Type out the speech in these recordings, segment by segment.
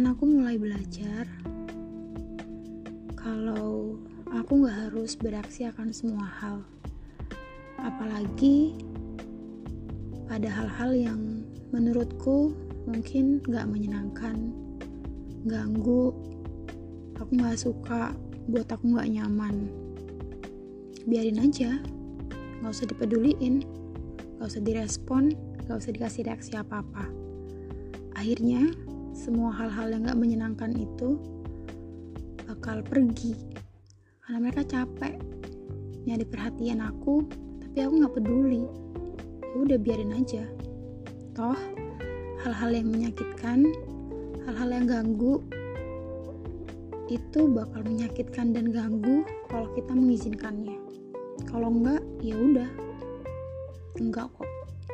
Perlahan aku mulai belajar kalau aku gak harus bereaksi akan semua hal, apalagi pada hal-hal yang menurutku mungkin gak menyenangkan, ganggu, aku gak suka, buat aku gak nyaman. Biarin aja, gak usah dipeduliin, gak usah direspon, gak usah dikasih reaksi apa-apa. Akhirnya semua hal-hal yang gak menyenangkan itu bakal pergi karena mereka capek nyari perhatian aku, tapi aku gak peduli. Ya udah, biarin aja. Toh hal-hal yang menyakitkan, hal-hal yang ganggu itu bakal menyakitkan dan ganggu kalau kita mengizinkannya. Kalau enggak, ya udah, enggak kok.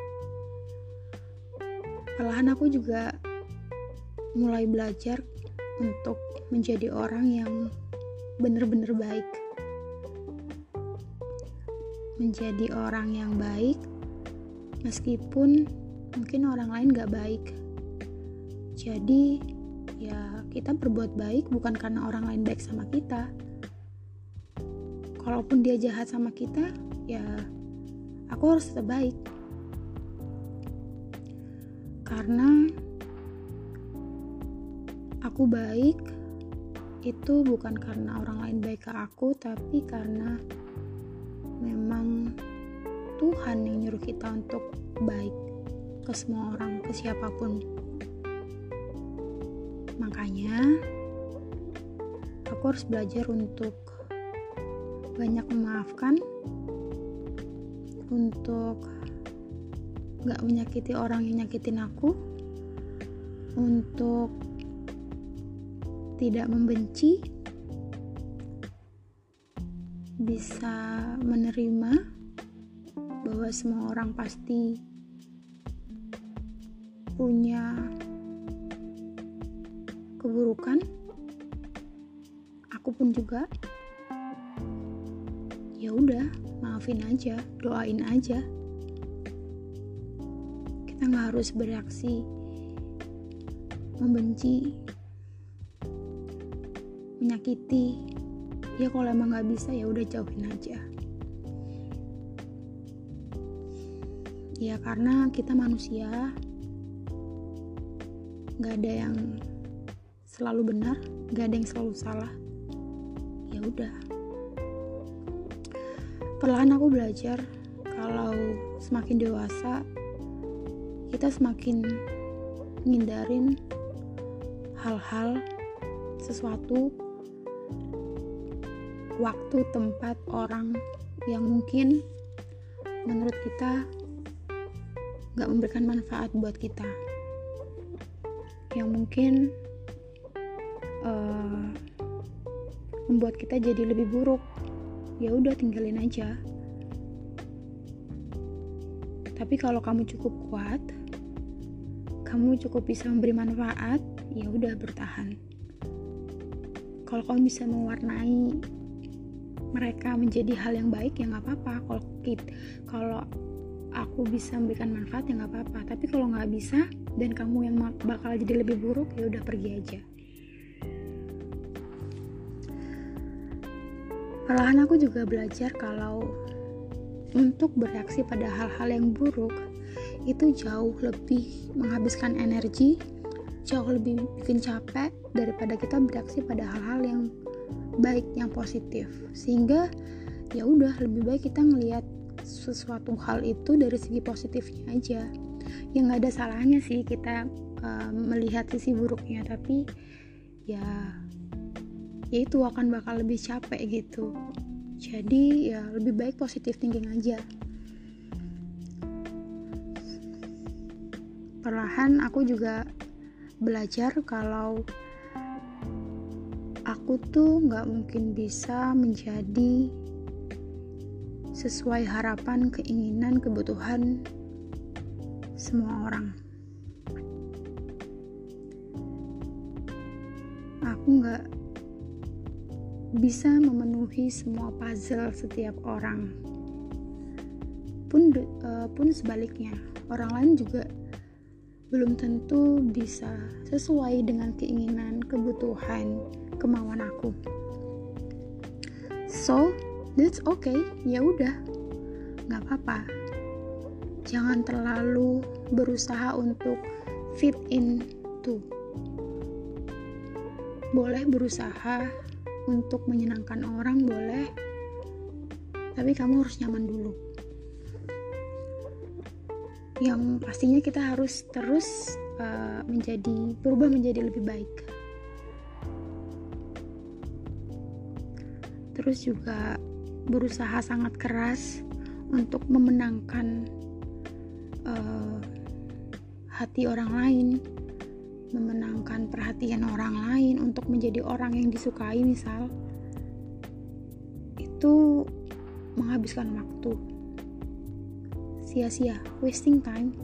Perlahan aku juga mulai belajar untuk menjadi orang yang benar-benar baik. Menjadi orang yang baik meskipun mungkin orang lain gak baik. Jadi ya kita berbuat baik bukan karena orang lain baik sama kita. Kalaupun dia jahat sama kita, ya aku harus tetap baik. Karena aku baik itu bukan karena orang lain baik ke aku, tapi karena memang Tuhan yang nyuruh kita untuk baik ke semua orang, ke siapapun. Makanya aku harus belajar untuk banyak memaafkan, untuk gak menyakiti orang yang nyakitin aku, untuk tidak membenci, bisa menerima bahwa semua orang pasti punya keburukan, aku pun juga. Ya udah, maafin aja, doain aja. Kita nggak harus bereaksi membenci, menyakiti. Ya kalau emang nggak bisa, ya udah jauhin aja. Ya karena kita manusia, nggak ada yang selalu benar, nggak ada yang selalu salah. Ya udah. Perlahan aku belajar kalau semakin dewasa kita semakin ngindarin hal-hal, sesuatu, waktu, tempat, orang yang mungkin menurut kita gak memberikan manfaat buat kita, yang mungkin membuat kita jadi lebih buruk. Ya udah, tinggalin aja. Tapi kalau kamu cukup kuat, kamu cukup bisa memberi manfaat, ya udah, bertahan. Kalau kamu bisa mewarnai mereka menjadi hal yang baik, ya nggak apa-apa. Kalau aku bisa memberikan manfaat, ya nggak apa-apa. Tapi kalau nggak bisa dan kamu yang bakal jadi lebih buruk, ya udah, pergi aja. Perlahan aku juga belajar kalau untuk bereaksi pada hal-hal yang buruk itu jauh lebih menghabiskan energi, jauh lebih bikin capek daripada kita bereaksi pada hal-hal yang baik, yang positif. Sehingga ya udah, lebih baik kita ngelihat sesuatu hal itu dari segi positifnya aja. Ya nggak ada salahnya sih kita melihat sisi buruknya, tapi ya itu akan bakal lebih capek gitu. Jadi ya lebih baik positive thinking aja. Perlahan aku juga belajar kalau aku tuh gak mungkin bisa menjadi sesuai harapan, keinginan, kebutuhan semua orang. Aku gak bisa memenuhi semua puzzle setiap orang. Pun sebaliknya, orang lain juga belum tentu bisa sesuai dengan keinginan, kebutuhan, kemauan aku. So, that's okay. Ya udah, nggak apa-apa. Jangan terlalu berusaha untuk fit in to. Boleh berusaha untuk menyenangkan orang, boleh, tapi kamu harus nyaman dulu. Yang pastinya kita harus terus berubah menjadi lebih baik. Terus juga berusaha sangat keras untuk memenangkan hati orang lain, memenangkan perhatian orang lain, untuk menjadi orang yang disukai misal. Itu menghabiskan waktu, sia-sia, wasting time.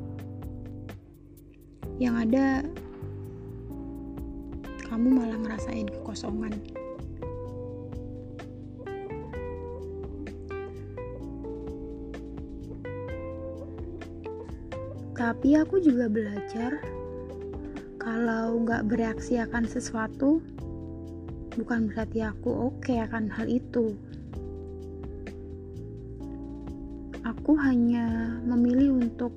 Yang ada kamu malah ngerasain kekosongan. Tapi aku juga belajar kalau gak bereaksi akan sesuatu bukan berarti aku oke akan hal itu. Aku hanya memilih untuk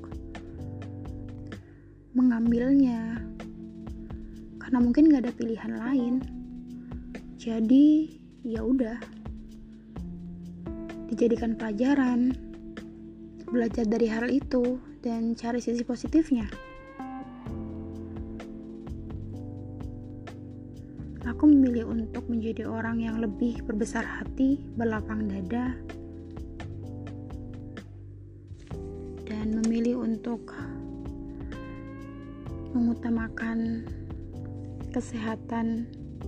mengambilnya karena mungkin gak ada pilihan lain. Jadi ya udah, dijadikan pelajaran, belajar dari hal itu dan cari sisi positifnya. Aku memilih untuk menjadi orang yang lebih berbesar hati, berlapang dada, dan memilih untuk mengutamakan kesehatan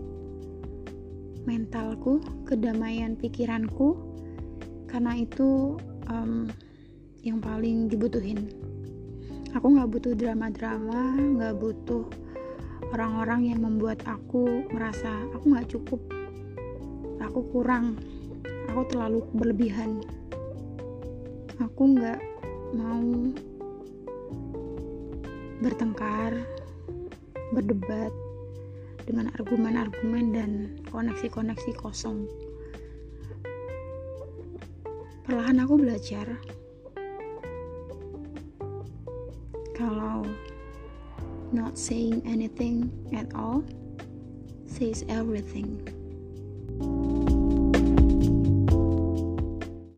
mentalku, kedamaian pikiranku, karena itu yang paling dibutuhin. Aku gak butuh drama-drama, gak butuh orang-orang yang membuat aku merasa aku gak cukup, aku kurang, aku terlalu berlebihan. Aku gak mau bertengkar, berdebat dengan argumen-argumen dan koneksi-koneksi kosong. Perlahan aku belajar kalau not saying anything at all says everything.